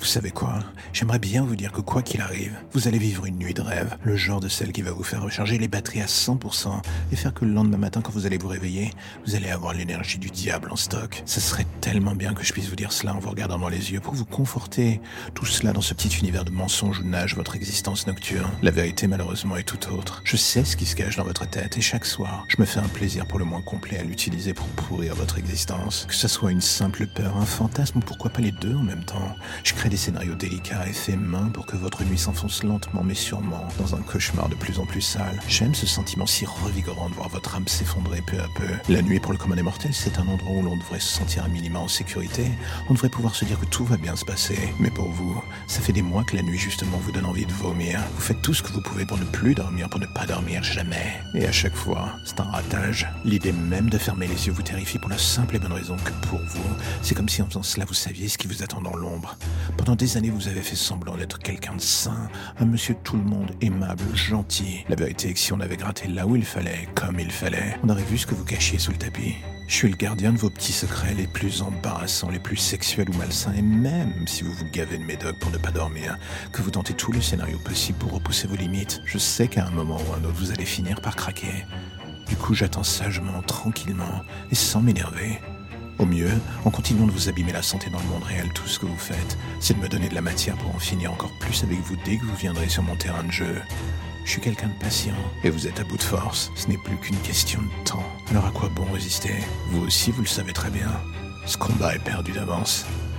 Vous savez quoi? J'aimerais bien vous dire que quoi qu'il arrive, vous allez vivre une nuit de rêve, le genre de celle qui va vous faire recharger les batteries à 100% et faire que le lendemain matin, quand vous allez vous réveiller, vous allez avoir l'énergie du diable en stock. Ça serait tellement bien que je puisse vous dire cela en vous regardant dans les yeux pour vous conforter. Tout cela dans ce petit univers de mensonges où nage votre existence nocturne. La vérité, malheureusement, est tout autre. Je sais ce qui se cache dans votre tête et chaque soir, je me fais un plaisir pour le moins complet à l'utiliser pour pourrir votre existence. Que ce soit une simple peur, un fantasme ou pourquoi pas les deux en même temps. Je crée des scénarios délicats et faits main pour que votre nuit s'enfonce lentement mais sûrement dans un cauchemar de plus en plus sale. J'aime ce sentiment si revigorant de voir votre âme s'effondrer peu à peu. La nuit pour le commun des mortels, c'est un endroit où l'on devrait se sentir un minimum en sécurité. On devrait pouvoir se dire que tout va bien se passer. Mais pour vous, ça fait des mois que la nuit justement vous donne envie de vomir. Vous faites tout ce que vous pouvez pour ne plus dormir, pour ne pas dormir jamais. Et à chaque fois, c'est un ratage. L'idée même de fermer les yeux vous terrifie pour la simple et bonne raison que pour vous, c'est comme si en faisant cela vous saviez ce qui vous attend dans l'ombre. Pendant des années, vous avez fait semblant d'être quelqu'un de sain, un monsieur tout le monde, aimable, gentil. La vérité est que si on avait gratté là où il fallait, comme il fallait, on aurait vu ce que vous cachiez sous le tapis. Je suis le gardien de vos petits secrets les plus embarrassants, les plus sexuels ou malsains, et même si vous vous gavez de médoc pour ne pas dormir, que vous tentez tous les scénarios possibles pour repousser vos limites, je sais qu'à un moment ou un autre, vous allez finir par craquer. Du coup, j'attends sagement, tranquillement, et sans m'énerver. Au mieux, en continuant de vous abîmer la santé dans le monde réel, tout ce que vous faites, c'est de me donner de la matière pour en finir encore plus avec vous dès que vous viendrez sur mon terrain de jeu. Je suis quelqu'un de patient, et vous êtes à bout de force. Ce n'est plus qu'une question de temps. Alors à quoi bon résister? Vous aussi, vous le savez très bien. Ce combat est perdu d'avance.